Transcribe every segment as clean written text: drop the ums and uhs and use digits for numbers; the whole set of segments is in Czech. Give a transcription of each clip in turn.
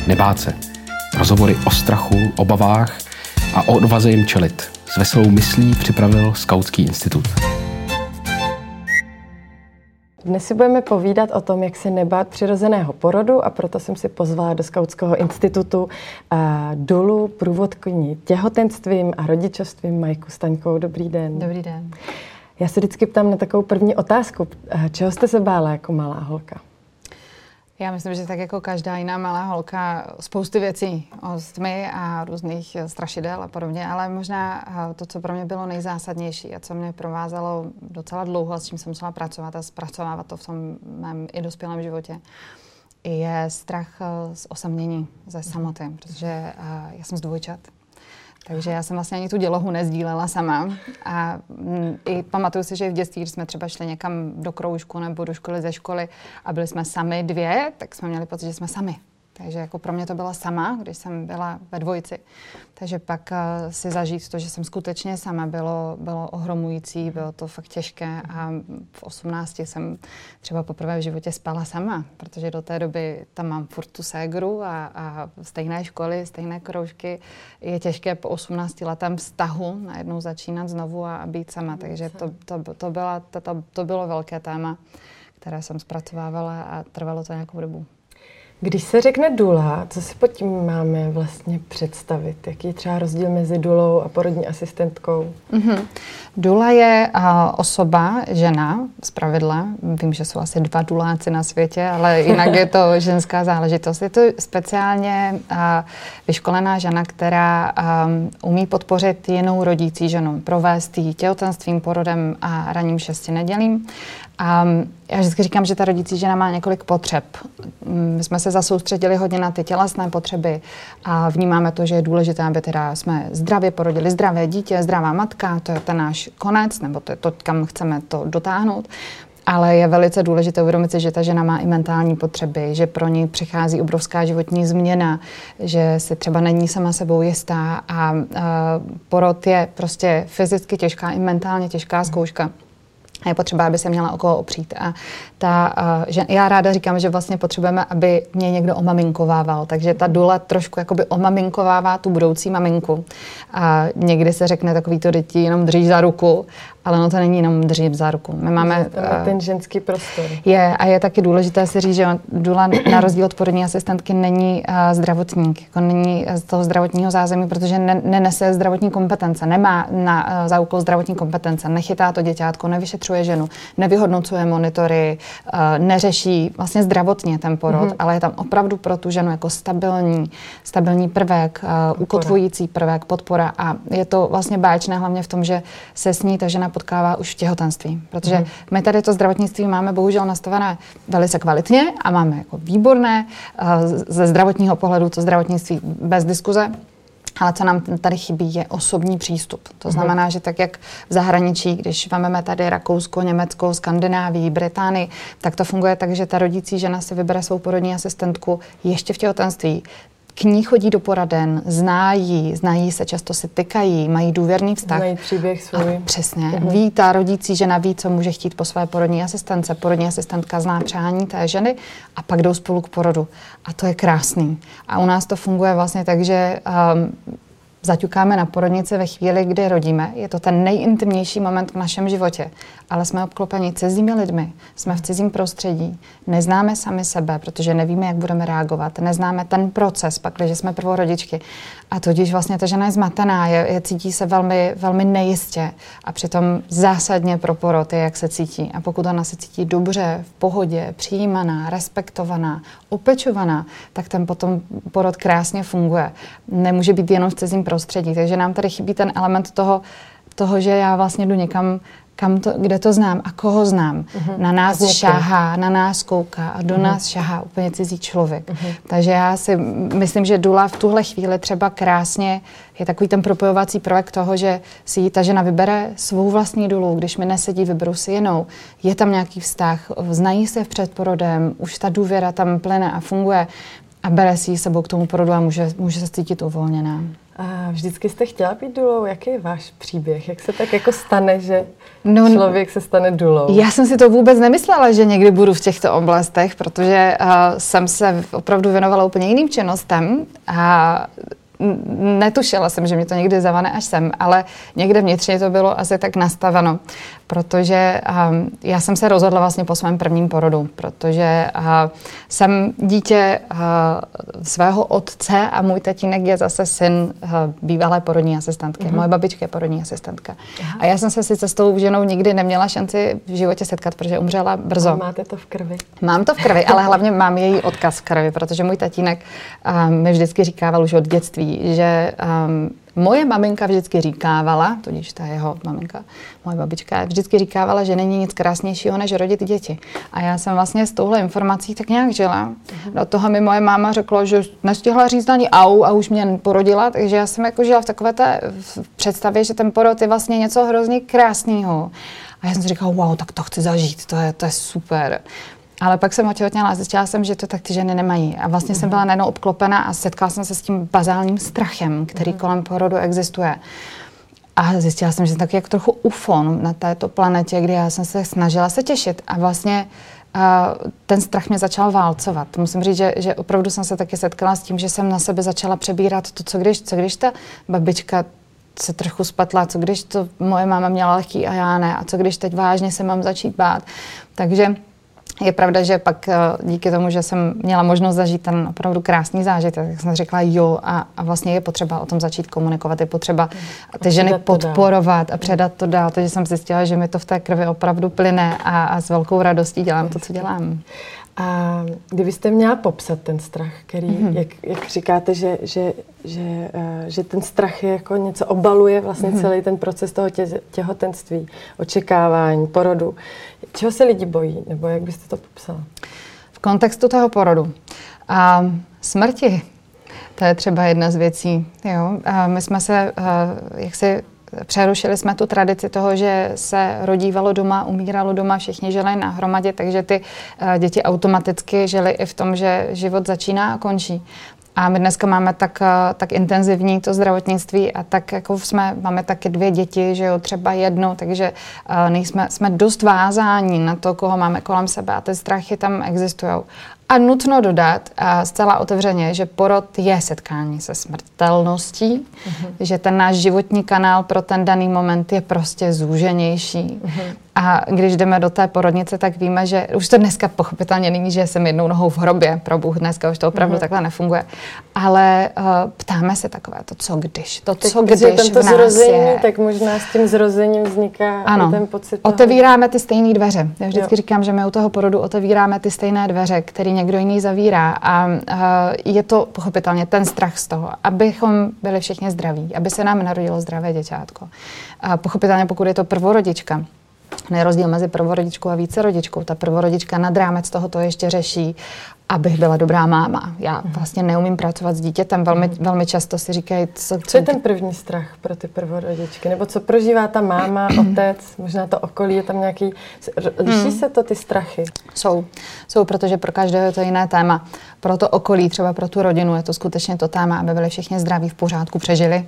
nebát se. Rozhovory o strachu, obavách a o odvaze jim čelit. S veselou myslí připravil Skautský institut. Dnes si budeme povídat o tom, jak se nebát přirozeného porodu, a proto jsem si pozvala do Skautského institutu Dulu, průvodkyni těhotenstvím a rodičovstvím Majku Staňkovou. Dobrý den. Dobrý den. Já se vždycky ptám na takovou první otázku. Čeho jste se bála jako malá holka? Já myslím, že tak jako každá jiná malá holka spousty věcí o tmy a různých strašidel a podobně, ale možná to, co pro mě bylo nejzásadnější a co mě provázelo docela dlouho a s čím jsem musela pracovat a zpracovávat to v tom mém i dospělém životě, je strach z osamění, ze samoty, protože já jsem z dvojčat. Takže já jsem vlastně ani tu dělohu nezdílela sama a i pamatuju si, že i v dětství, když jsme třeba šli někam do kroužku nebo do školy, ze školy a byli jsme sami dvě, tak jsme měli pocit, že jsme sami. Takže jako pro mě to byla sama, když jsem byla ve dvojici. Takže pak si zažít to, že jsem skutečně sama, bylo ohromující, bylo to fakt těžké a v 18 jsem třeba poprvé v životě spala sama, protože do té doby tam mám furt tu ségru a stejné školy, stejné kroužky. Je těžké po 18 letém vztahu najednou začínat znovu a být sama. Takže to bylo velké téma, které jsem zpracovávala a trvalo to nějakou dobu. Když se řekne dula, co si pod tím máme vlastně představit? Jaký je třeba rozdíl mezi dulou a porodní asistentkou? Dula je osoba, žena, zpravidla. Vím, že jsou asi 2 duláci na světě, ale jinak je to ženská záležitost. Je to speciálně vyškolená žena, která umí podpořit jinou rodící ženu, provést jí těhotenstvím, porodem a ranním 6 nedělím. A já vždycky říkám, že ta rodící žena má několik potřeb. My jsme se zasoustředili hodně na ty tělesné potřeby a vnímáme to, že je důležité, aby teda jsme zdravě porodili zdravé dítě, zdravá matka, to je ten náš konec, nebo to je to, kam chceme to dotáhnout. Ale je velice důležité uvědomit si, že ta žena má i mentální potřeby, že pro ní přichází obrovská životní změna, že si třeba není sama sebou jistá a porod je prostě fyzicky těžká i mentálně těžká zkouška. A je potřeba, aby se měla o koho opřít. A já ráda říkám, že vlastně potřebujeme, aby mě někdo omaminkovával. Takže ta dula trošku jakoby omaminkovává tu budoucí maminku. A někdy se řekne takový to děti, jenom držíš za ruku, ale no to není jenom držet za ruku. My máme ten ženský prostor. Je taky důležité si říct, že dula na rozdíl od porodní asistentky není zdravotník, jako není z toho zdravotního zázemí, protože nenese zdravotní kompetence, nemá za úkol zdravotní kompetence, nechytá to děťátko, nevyšetřuje ženu, nevyhodnocuje monitory, neřeší vlastně zdravotně ten porod, ale je tam opravdu pro tu ženu jako stabilní prvek, ukotvující prvek, podpora a je to vlastně báječné hlavně v tom, že se s ní ta žena potkává už v těhotenství, protože my tady to zdravotnictví máme bohužel nastavené velice kvalitně a máme jako výborné ze zdravotního pohledu to zdravotnictví bez diskuze. Ale co nám tady chybí, je osobní přístup. To znamená, že tak jak v zahraničí, když máme tady Rakousko, Německo, Skandinávii, Británii, tak to funguje tak, že ta rodící žena si vybere svou porodní asistentku ještě v těhotenství. K ní chodí do poraden, znají se, často se tykají, mají důvěrný vztah. Znají příběh svůj. Přesně. Ví, ta rodící žena ví, co může chtít po své porodní asistence. Porodní asistentka zná přání té ženy a pak jdou spolu k porodu. A to je krásný. A u nás to funguje vlastně tak, že zaťukáme na porodnici ve chvíli, kdy rodíme. Je to ten nejintimnější moment v našem životě. Ale jsme obklopeni cizími lidmi, jsme v cizím prostředí, neznáme sami sebe, protože nevíme, jak budeme reagovat, neznáme ten proces, pakliže jsme prvorodičky. A tudíž vlastně ta žena je zmatená, cítí se velmi, velmi nejistě a přitom zásadně pro porod je, jak se cítí. A pokud ona se cítí dobře, v pohodě, přijímaná, respektovaná, opečovaná, tak ten potom porod krásně funguje. Nemůže být jenom v cizím prostředí, takže nám tady chybí ten element toho, že já vlastně jdu někam, kde to znám a koho znám. Na nás šáhá, na nás kouká a do nás šáhá úplně cizí člověk. Takže já si myslím, že dula v tuhle chvíli třeba krásně je takový ten propojovací prvek toho, že si ta žena vybere svou vlastní dulu, když mi nesedí, vyberu si jinou. Je tam nějaký vztah, znají se před porodem, už ta důvěra tam plyne a funguje a bere si ji sebou k tomu porodu a může se cítit uvolněná. A vždycky jste chtěla být důlou? Jaký je váš příběh? Jak se tak jako stane, že člověk se stane důlou? Já jsem si to vůbec nemyslela, že někdy budu v těchto oblastech, protože jsem se opravdu věnovala úplně jiným činnostem a netušila jsem, že mě to někdy zavane až sem, ale někde vnitřně to bylo asi tak nastaveno, protože já jsem se rozhodla vlastně po svém prvním porodu, protože jsem dítě svého otce a můj tatínek je zase syn bývalé porodní asistentky. Moje babička je porodní asistentka. A já jsem se sice s tou ženou nikdy neměla šanci v životě setkat, protože umřela brzo. A máte to v krvi? Mám to v krvi, ale hlavně mám její odkaz v krvi, protože můj tatínek mi vždycky říkával už od dětství, že moje maminka vždycky říkávala, tudíž ta jeho maminka, moje babička, vždycky říkávala, že není nic krásnějšího, než rodit děti. A já jsem vlastně s touhle informací tak nějak žila. Do toho mi moje máma řekla, že nestihla říct ani au a už mě porodila, takže já jsem jako žila v takové té představě, že ten porod je vlastně něco hrozně krásného. A já jsem si říkala, wow, tak to chci zažít, to je super. Ale pak jsem otěhotněla a zjistila jsem, že to tak ty ženy nemají. A vlastně jsem byla najednou obklopena a setkala jsem se s tím bazálním strachem, který kolem porodu existuje. A zjistila jsem, že jsem taky jako trochu ufon na této planetě, kdy já jsem se snažila se těšit. A vlastně ten strach mě začal válcovat. Musím říct, že opravdu jsem se taky setkala s tím, že jsem na sebe začala přebírat to, co když ta babička se trochu spatla, co když to moje máma měla lehký a já ne, a co když teď vážně se mám začít bát. Takže je pravda, že pak díky tomu, že jsem měla možnost zažít ten opravdu krásný zážitek, tak jsem řekla jo a vlastně je potřeba o tom začít komunikovat, je potřeba ty ženy podporovat a předat to dál, takže jsem zjistila, že mi to v té krvi opravdu plyne a s velkou radostí dělám to, co dělám. A kdybyste měla popsat ten strach, který, jak říkáte, že ten strach je jako něco obaluje vlastně celý ten proces toho těhotenství, očekávání, porodu. Čeho se lidi bojí? Nebo jak byste to popsala? V kontextu toho porodu. Smrti, to je třeba jedna z věcí. Jo? My jsme se, přerušili jsme tu tradici toho, že se rodívalo doma, umíralo doma, všichni žili nahromadě, takže ty děti automaticky žili i v tom, že život začíná a končí. A my dneska máme tak intenzivní to zdravotnictví a tak jako máme taky 2 děti, že jo, třeba 1, takže jsme dost vázáni na to, koho máme kolem sebe a ty strachy tam existují. A nutno dodat zcela otevřeně, že porod je setkání se smrtelností, že ten náš životní kanál pro ten daný moment je prostě zúženější. A když jdeme do té porodnice, tak víme, že už to dneska pochopitelně není, že jsem jednou nohou v hrobě, pro Bůh, dneska už to opravdu takhle nefunguje. Ale ptáme se takové to, co když v nás zrození, je. tak možná s tím zrozením vzniká ten pocit toho. Otevíráme ty stejné dveře. Já vždycky říkám, že my u toho porodu otevíráme ty stejné dveře, který někdo jiný zavírá. A je to pochopitelně ten strach z toho, abychom byli všichni zdraví, aby se nám narodilo zdravé děťátko. A pochopitelně, pokud je to prvorodička, je rozdíl mezi prvorodičkou a vícerodičkou. Ta prvorodička nad rámec tohoto ještě řeší, abych byla dobrá máma. Já vlastně neumím pracovat s dítětem. Velmi často si říkají, co je ten první strach pro ty prvorodičky? Nebo co prožívá ta máma, otec, možná to okolí, je tam nějaký... Liší se to ty strachy? Jsou, protože pro každého je to jiné téma. Pro to okolí, třeba pro tu rodinu, je to skutečně to téma, aby byli všichni zdraví, v pořádku, přežili.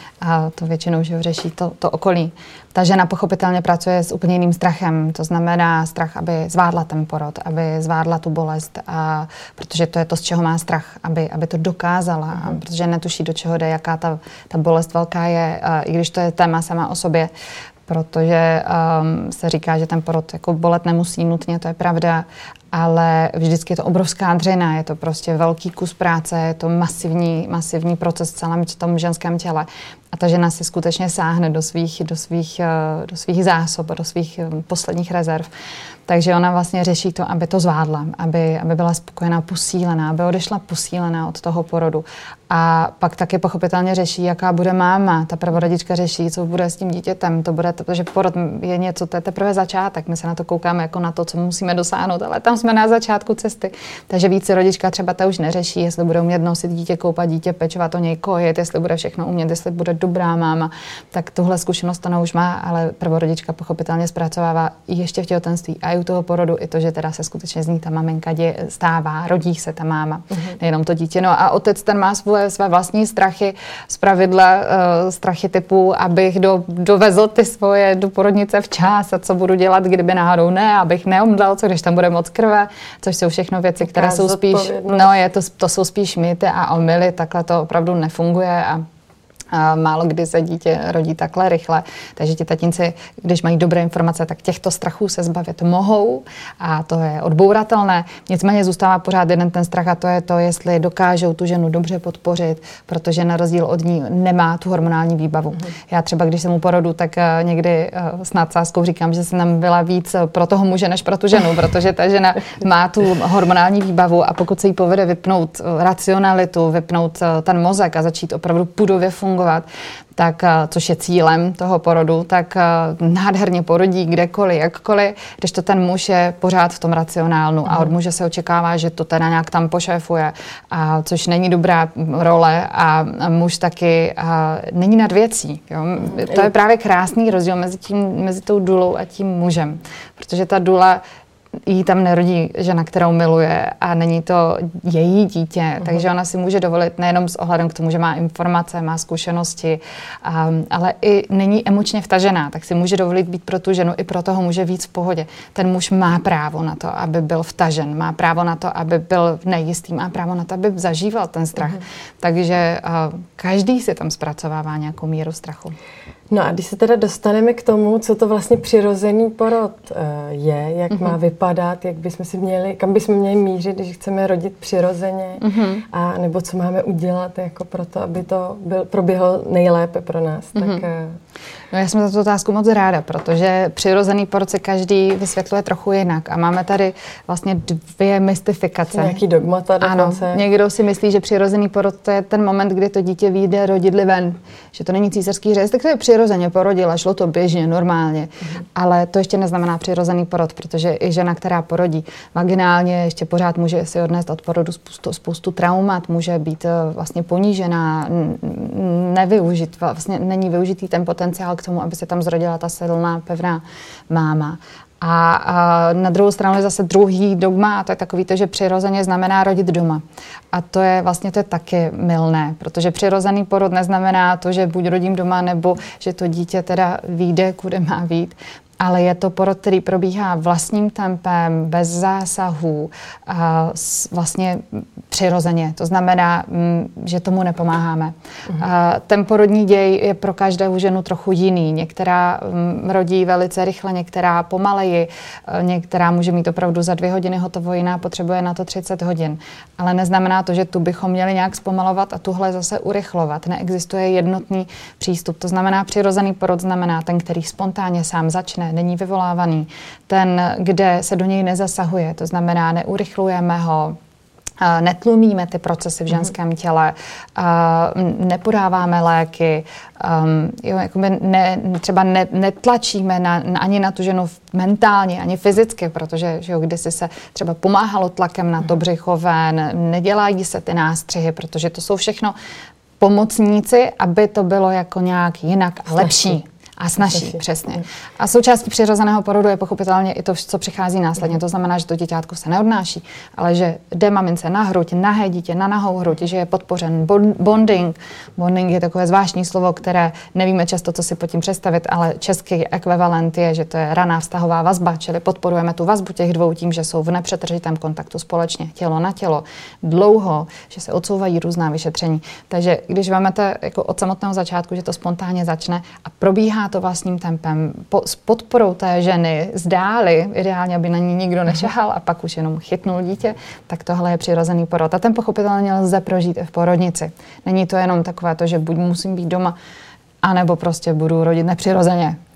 A to většinou, že řeší to okolí. Ta žena pochopitelně pracuje s úplně jiným strachem. To znamená strach, aby zvládla ten porod, aby zvládla tu bolest, protože to je to, z čeho má strach, aby to dokázala, protože netuší, do čeho jde, jaká ta bolest velká je, i když to je téma sama o sobě. Protože se říká, že ten porod jako bolet nemusí nutně, to je pravda, ale vždycky je to obrovská dřina, je to prostě velký kus práce, je to masivní proces v celém tom ženském těle. A ta žena si skutečně sáhne do svých zásob, do svých posledních rezerv. Takže ona vlastně řeší to, aby to zvládla, aby byla spokojená, posílená, aby odešla posílená od toho porodu. A pak taky pochopitelně řeší, jaká bude máma. Ta prvorodička řeší, co bude s tím dítětem. Protože porod je něco, to je teprve začátek. My se na to koukáme jako na to, co musíme dosáhnout, ale tam jsme na začátku cesty. Takže více rodička třeba ta už neřeší, jestli bude umět nosit dítě, koupat dítě, pečovat o něj, kojit, jestli bude všechno umět, jestli bude dobrá máma. Tak tuhle zkušenost ona už má, ale prvorodička pochopitelně zpracovává ještě v těhotenství a i u toho porodu i to, že teda se skutečně z ní ta maminka stává, rodí se ta máma, nejenom to dítě. No a otec ten má své vlastní strachy, zpravidla strachy typu, abych dovezl ty svoje do porodnice včas a co budu dělat, kdyby náhodou ne, abych neomdlel, co když tam bude moc krve, což jsou všechno věci, které jsou spíš, to jsou spíš mýty a omyly, takhle to opravdu nefunguje a málo kdy se dítě rodí takhle rychle, takže ti tatínci, když mají dobré informace, tak těchto strachů se zbavit mohou a to je odbouratelné. Nicméně zůstává pořád jeden ten strach a to je to, jestli dokážou tu ženu dobře podpořit, protože na rozdíl od ní nemá tu hormonální výbavu. Já třeba, když jsem u porodu, tak někdy s nadsázkou říkám, že jsem byla víc pro toho muže než pro tu ženu, protože ta žena má tu hormonální výbavu a pokud se jí povede vypnout racionalitu, vypnout ten mozek a začít opravdu pudově fungovat, tak, což je cílem toho porodu, tak nádherně porodí kdekoliv, jakkoliv, když to ten muž je pořád v tom racionálnu a od muže se očekává, že to teda nějak tam pošéfuje, což není dobrá role a muž taky není nad věcí. Jo? To je právě krásný rozdíl mezi tou dulou a tím mužem, protože ta dula jí tam nerodí žena, kterou miluje a není to její dítě, takže ona si může dovolit nejenom s ohledem k tomu, že má informace, má zkušenosti, ale i není emočně vtažená, tak si může dovolit být pro tu ženu i pro toho muže víc v pohodě. Ten muž má právo na to, aby byl vtažen, má právo na to, aby byl nejistý, má právo na to, aby zažíval ten strach. Takže každý si tam zpracovává nějakou míru strachu. No a když se teda dostaneme k tomu, co to vlastně přirozený porod je, jak má vypadat, jak bychom si měli, kam bychom měli mířit, když chceme rodit přirozeně, a nebo co máme udělat jako pro to, aby to proběhlo nejlépe pro nás. Tak, no já jsem za tu otázku moc ráda, protože přirozený porod se každý vysvětluje trochu jinak a máme tady vlastně dvě mystifikace. Nějaký dogmata dokonce. Ano, někdo si myslí, že přirozený porod to je ten moment, kdy to dítě vyjde rodidly ven, že to není císařský řez, tak to je přirozeně porodila, šlo to běžně, normálně. Ale to ještě neznamená přirozený porod, protože i žena, která porodí vaginálně, ještě pořád může si odnést od porodu spoustu traumat, může být vlastně ponížená, nevyužit, vlastně není využitý ten potenciál k tomu, aby se tam zrodila ta silná, pevná máma. A na druhou stranu je zase druhý dogma a to je takový to, že přirozeně znamená rodit doma. A to je vlastně taky mylné, protože přirozený porod neznamená to, že buď rodím doma, nebo že to dítě teda vyjde, kude má vyjít. Ale je to porod, který probíhá vlastním tempem, bez zásahů, vlastně přirozeně. To znamená, že tomu nepomáháme. Ten porodní děj je pro každou ženu trochu jiný. Některá rodí velice rychle, některá pomaleji, některá může mít opravdu za 2 hodiny hotovo, jiná potřebuje na to 30 hodin. Ale neznamená to, že tu bychom měli nějak zpomalovat a tuhle zase urychlovat. Neexistuje jednotný přístup. To znamená, přirozený porod znamená ten, který spontánně sám začne, není vyvolávaný. Ten, kde se do něj nezasahuje, to znamená, neurychlujeme ho, netlumíme ty procesy v ženském těle, nepodáváme léky, třeba netlačíme ani na tu ženu mentálně, ani fyzicky, protože že jo, kdysi se třeba pomáhalo tlakem na to břicho ven, nedělají se ty nástřihy, protože to jsou všechno pomocníci, aby to bylo jako nějak jinak a lepší. A snaží, přesně. A součástí přirozeného porodu je pochopitelně i to, co přichází následně. To znamená, že to děťátko se neodnáší, ale že jde mamince na hruď, nahé dítě, na nahou hruď, že je podpořen bonding. Bonding je takové zvláštní slovo, které nevíme často, co si pod tím představit, ale český ekvivalent je, že to je raná vztahová vazba, čili podporujeme tu vazbu těch dvou tím, že jsou v nepřetržitém kontaktu společně, tělo na tělo, dlouho, že se odsouvají různá vyšetření. Takže když vezmete jako od samotného začátku, že to spontánně začne a probíhá to vlastním tempem, s podporou té ženy zdáli, ideálně, aby na ní nikdo nešahal a pak už jenom chytnul dítě, tak tohle je přirozený porod. A ten pochopitelně lze prožít i v porodnici. Není to jenom takové to, že buď musím být doma, anebo prostě budu rodit nepřirozeně.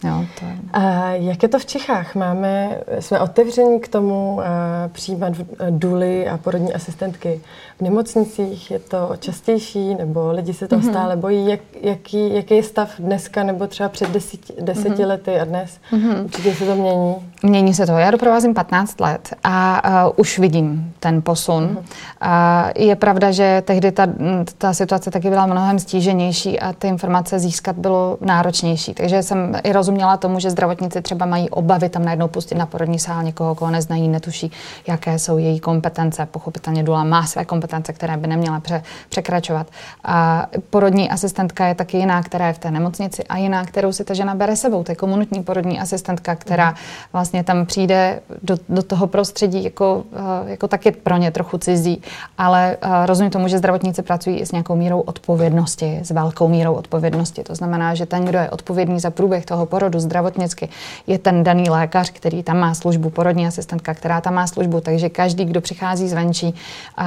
Jo, to je... A jak je to v Čechách? Jsme otevření k tomu přijímat duly a porodní asistentky v nemocnicích? Je to častější, nebo lidi se toho stále bojí? Jaký je stav dneska, nebo třeba před 10 lety a dnes? Určitě se to mění. Mění se to. Já doprovázím 15 let a už vidím ten posun. Je pravda, že tehdy ta situace taky byla mnohem stíženější a ty informace získat bylo náročnější. Takže jsem i rozuměla tomu, že zdravotníci třeba mají obavy tam najednou pustit na porodní sál někoho, koho neznají, netuší, jaké jsou její kompetence. Pochopitelně dula má své kompetence, které by neměla překračovat. A porodní asistentka je taky jiná, která je v té nemocnici, a jiná, kterou si ta žena bere sebou. To je komunitní porodní asistentka, která vlastně tam přijde do toho prostředí jako taky pro ně trochu cizí, ale rozumím tomu, že zdravotníci pracují i s nějakou mírou odpovědnosti, s velkou mírou odpovědnosti. To znamená, že ten, kdo je odpovědný za průběh toho porodu zdravotnicky, je ten daný lékař, který tam má službu, porodní asistentka, která tam má službu, takže každý, kdo přichází zvenčí,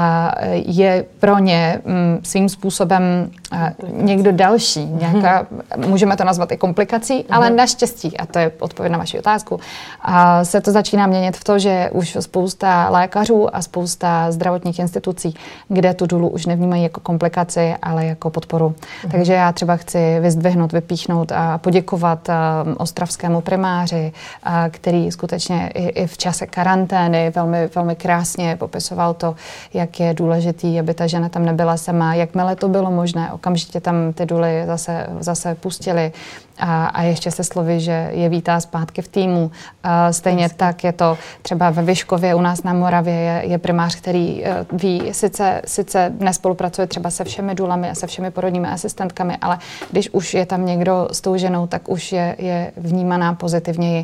je pro ně svým způsobem někdo další. Můžeme to nazvat i komplikací, ale naštěstí, a to je odpověď na vaši otázku, se to začíná měnit v to, že už spousta lékařů a spousta zdravotních institucí, kde tu dulu už nevnímají jako komplikaci, ale jako podporu. Takže já třeba chci vyzdvihnout, vypíchnout a poděkovat ostravskému primáři, který skutečně i v čase karantény velmi, velmi krásně popisoval to, jak je důležitý, aby ta žena tam nebyla sama. Jakmile to bylo možné, okamžitě tam ty duly zase pustili a ještě se slovy, že je vítá zpátky v týmu. Stejně tak je to třeba ve Vyškově u nás na Moravě je primář, který ví, sice nespolupracuje třeba se všemi dulami a se všemi porodními asistentkami, ale když už je tam někdo s tou ženou, tak už je vnímaná pozitivněji.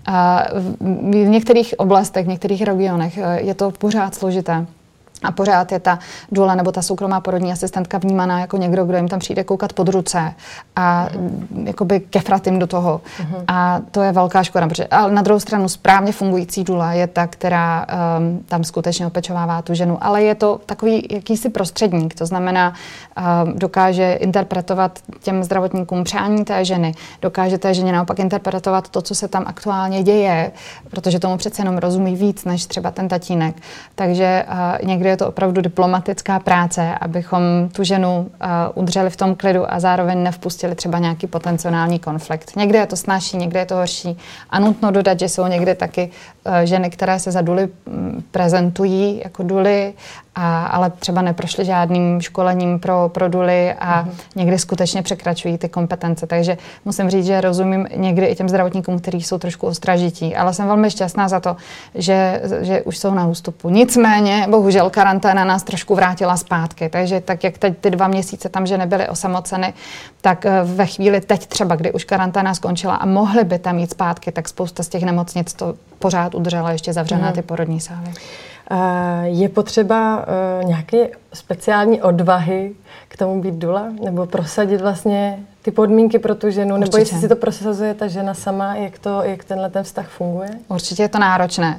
V některých oblastech, v některých regionech je to pořád složité. A pořád je ta dula nebo ta soukromá porodní asistentka vnímaná jako někdo, kdo jim tam přijde koukat pod ruce a jakoby kefrat jim do toho. A to je velká škoda, protože ale na druhou stranu správně fungující dula je ta, která tam skutečně opečovává tu ženu, ale je to takový jakýsi prostředník, to znamená dokáže interpretovat těm zdravotníkům přání té ženy, dokáže té ženě naopak interpretovat to, co se tam aktuálně děje, protože tomu přece jenom rozumí víc než třeba ten tatínek. Takže někdy je to opravdu diplomatická práce, abychom tu ženu udrželi v tom klidu a zároveň nevpustili třeba nějaký potenciální konflikt. Někde je to snazší, někde je to horší. A nutno dodat, že jsou někdy taky ženy, které se za duly prezentují jako duly, ale třeba neprošly žádným školením pro duly a někdy skutečně překračují ty kompetence. Takže musím říct, že rozumím někdy i těm zdravotníkům, kteří jsou trošku ostražití, ale jsem velmi šťastná za to, že už jsou na ústupu. Nicméně, bohužel, karanténa nás trošku vrátila zpátky. Takže tak, jak teď ty 2 měsíce tam, že nebyly osamoceny, tak ve chvíli teď třeba, kdy už karanténa skončila a mohly by tam jít zpátky, tak spousta z těch nemocnic to pořád udržela ještě zavřené ty porodní sály. Je potřeba nějaké speciální odvahy k tomu být dula? Nebo prosadit vlastně ty podmínky pro tu ženu? Určitě. Nebo jestli si to prosazuje ta žena sama, jak tenhle ten vztah funguje? Určitě je to náročné,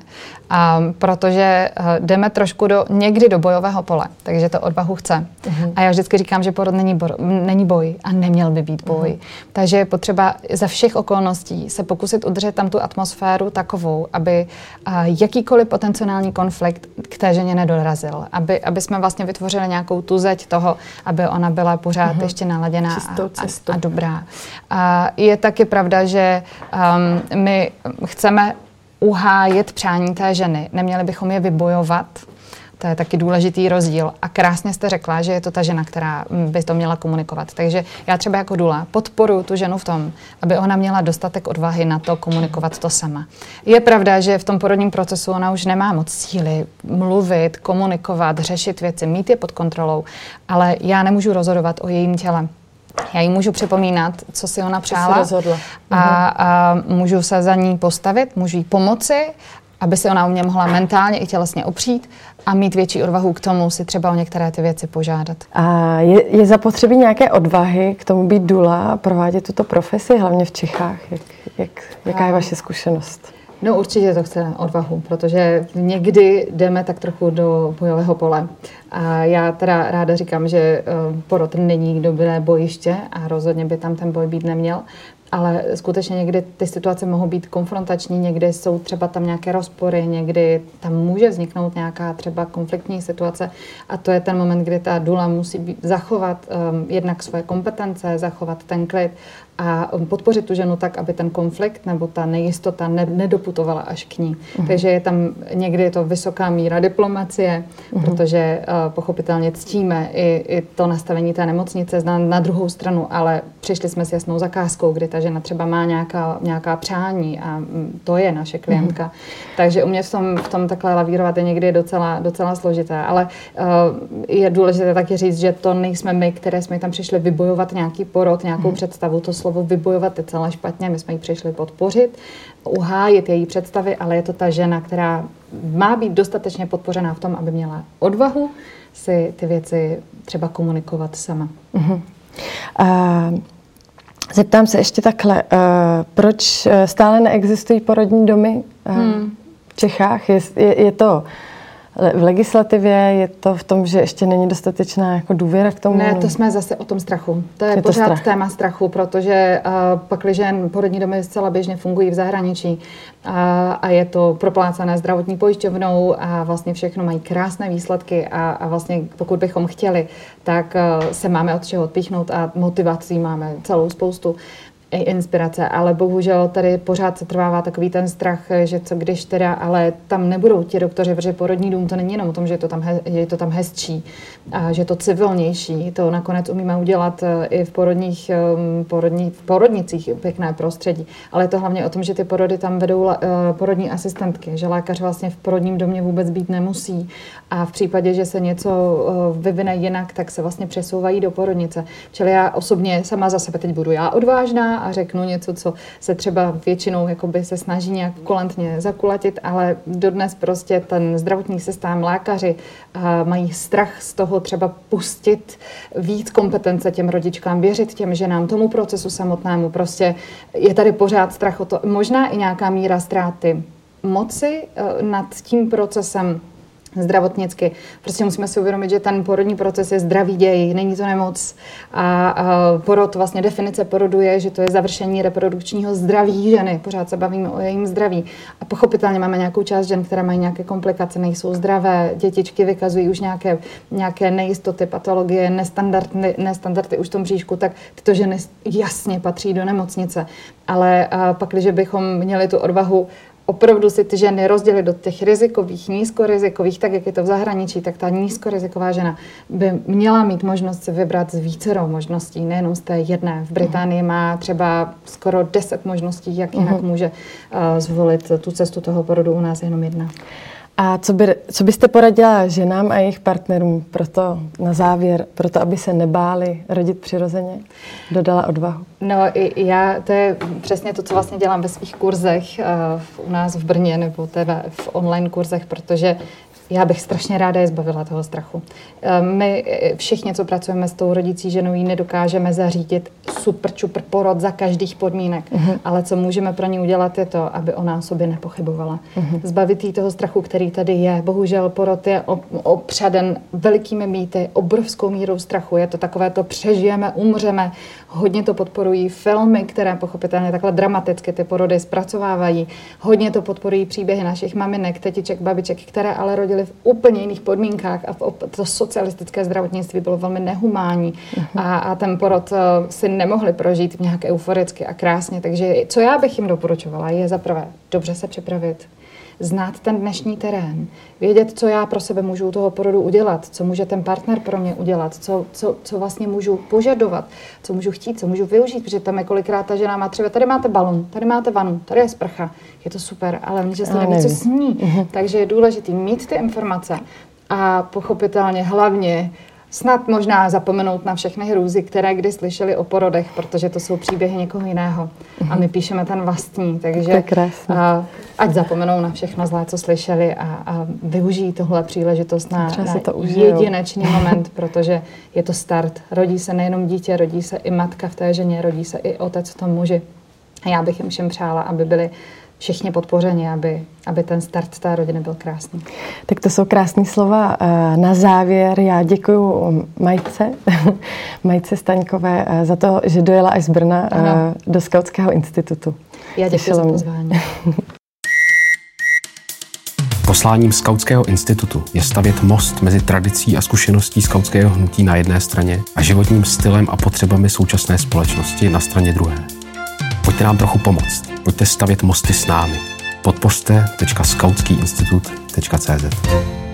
protože jdeme trošku někdy do bojového pole, takže to odvahu chce. A já vždycky říkám, že porod není boj a neměl by být boj. Takže je potřeba za všech okolností se pokusit udržet tam tu atmosféru takovou, aby jakýkoliv potenciální konflikt k té ženě nedorazil. Aby jsme vlastně vytvořili nějakou tu zeď toho, aby ona byla pořád ještě naladěná a dobrá. Je taky pravda, že my chceme uhájit přání té ženy. Neměli bychom je vybojovat. To je taky důležitý rozdíl. A krásně jste řekla, že je to ta žena, která by to měla komunikovat. Takže já třeba jako dula podporuji tu ženu v tom, aby ona měla dostatek odvahy na to komunikovat to sama. Je pravda, že v tom porodním procesu ona už nemá moc síly mluvit, komunikovat, řešit věci, mít je pod kontrolou, ale já nemůžu rozhodovat o jejím těle. Já jí můžu připomínat, co si ona přála a můžu se za ní postavit, můžu jí pomoci, aby se ona o mě mohla mentálně i tělesně opřít a mít větší odvahu k tomu si třeba o některé ty věci požádat. A je zapotřebí nějaké odvahy k tomu být dula a provádět tuto profesi, hlavně v Čechách? Jaká je vaše zkušenost? No určitě to chce odvahu, protože někdy jdeme tak trochu do bojového pole. A já teda ráda říkám, že porod není dobré bojiště a rozhodně by tam ten boj být neměl. ale skutečně někdy ty situace mohou být konfrontační, někdy jsou třeba tam nějaké rozpory, někdy tam může vzniknout nějaká třeba konfliktní situace a to je ten moment, kdy ta dula musí zachovat jednak svoje kompetence, zachovat ten klid a podpořit tu ženu tak, aby ten konflikt nebo ta nejistota nedoputovala až k ní. Takže je tam někdy je to vysoká míra diplomacie, protože pochopitelně ctíme i to nastavení té nemocnice na druhou stranu, ale přišli jsme s jasnou zakázkou, kdy ta žena třeba má nějaká přání a to je naše klientka. Takže u mě v tom takhle lavírovat je někdy docela složité, ale je důležité taky říct, že to nejsme my, které jsme tam přišli vybojovat nějaký porod, nějakou představu. To slovo vybojovat je celé špatně, my jsme ji přišli podpořit, uhájit její představy, ale je to ta žena, která má být dostatečně podpořená v tom, aby měla odvahu si ty věci třeba komunikovat sama. Zeptám se ještě takhle, proč stále neexistují porodní domy v Čechách? Je to v legislativě, je to v tom, že ještě není dostatečná jako důvěra k tomu? Ne, to jsme zase o tom strachu. To je pořád strach. Téma strachu, protože pakliže porodní domy zcela běžně fungují v zahraničí a je to proplácené zdravotní pojišťovnou a vlastně všechno mají krásné výsledky a vlastně pokud bychom chtěli, tak se máme od čeho odpíchnout a motivací máme celou spoustu inspirace, ale bohužel tady pořád se trvává takový ten strach, že co když teda, ale tam nebudou ti doktoři, protože porodní dům to není jenom o tom, že je to tam hezčí a že je to civilnější. To nakonec umíme udělat i v porodnicích pěkné prostředí, ale je to hlavně o tom, že ty porody tam vedou porodní asistentky, že lékař vlastně v porodním domě vůbec být nemusí a v případě, že se něco vyvine jinak, tak se vlastně přesouvají do porodnice. Čili já osobně sama za sebe teď budu já odvážná a řeknu něco, co se třeba většinou jakoby se snaží nějak kulantně zakulatit, ale dodnes prostě ten zdravotní systém, lékaři mají strach z toho třeba pustit víc kompetence těm rodičkám, věřit těm ženám, tomu procesu samotnému. Prostě je tady pořád strach o to, možná i nějaká míra ztráty moci nad tím procesem zdravotnicky. Prostě musíme si uvědomit, že ten porodní proces je zdravý děj, není to nemoc. A porod, vlastně definice porodu je, že to je završení reprodukčního zdraví ženy. Pořád se bavíme o jejím zdraví. A pochopitelně máme nějakou část žen, které mají nějaké komplikace, nejsou zdravé, dětičky vykazují už nějaké nejistoty, patologie, nestandardy už v tom bříšku, tak tyto ženy jasně patří do nemocnice. Ale pak, když bychom měli tu odvahu opravdu si ty ženy rozdělit do těch rizikových, nízkorizikových, tak jak je to v zahraničí, tak ta nízkoriziková žena by měla mít možnost si vybrat z vícerou možností, nejenom z té jedné. V Británii má třeba skoro 10 možností, jak jinak může zvolit tu cestu toho porodu, u nás jenom jedna. A co byste poradila ženám a jejich partnerům proto na závěr, proto aby se nebáli rodit přirozeně, dodala odvahu? No to je přesně to, co vlastně dělám ve svých kurzech u nás v Brně nebo v online kurzech, protože já bych strašně ráda je zbavila toho strachu. My všichni, co pracujeme s tou rodící ženou, ji nedokážeme zařídit super čupr porod za každých podmínek. Ale co můžeme pro ní udělat, je to, aby ona o sobě nepochybovala. Zbavit jí toho strachu, který tady je. Bohužel porod je opřaden velikými mýty, obrovskou mírou strachu. Je to takové to přežijeme, umřeme. Hodně to podporují filmy, které pochopitelně takhle dramaticky ty porody zpracovávají. Hodně to podporují příběhy našich maminek, tetiček, babiček, které ale rodily v úplně jiných podmínkách a to socialistické zdravotnictví bylo velmi nehumánní a ten porod si nemohli prožít nějak euforicky a krásně. Takže co já bych jim doporučovala, je za prvé dobře se připravit, znát ten dnešní terén, vědět, co já pro sebe můžu u toho porodu udělat, co může ten partner pro mě udělat, co vlastně můžu požadovat, co můžu chtít, co můžu využít, protože tam je kolikrát ta žena má třeba, tady máte balon, tady máte vanu, tady je sprcha, je to super, ale že se neví, co sní. Takže je důležité mít ty informace a pochopitelně hlavně snad možná zapomenout na všechny hrůzy, které kdy slyšeli o porodech, protože to jsou příběhy někoho jiného. A my píšeme ten vlastní, takže ať zapomenou na všechno zlé, co slyšeli a využijí tohle příležitost na jedinečný moment, protože je to start. Rodí se nejenom dítě, rodí se i matka v té ženě, rodí se i otec v tom muži. A já bych jim všem přála, aby byli všichni podpořeni, aby ten start té rodiny byl krásný. Tak to jsou krásné slova. Na závěr já děkuju Majce Staňkové za to, že dojela až z Brna do Skautského institutu. Já děkuji za pozvání. Posláním Skautského institutu je stavět most mezi tradicí a zkušeností skautského hnutí na jedné straně a životním stylem a potřebami současné společnosti na straně druhé. Pojďte nám trochu pomoct. Pojďte stavět mosty s námi. Podpořte.skautskýinstitut.cz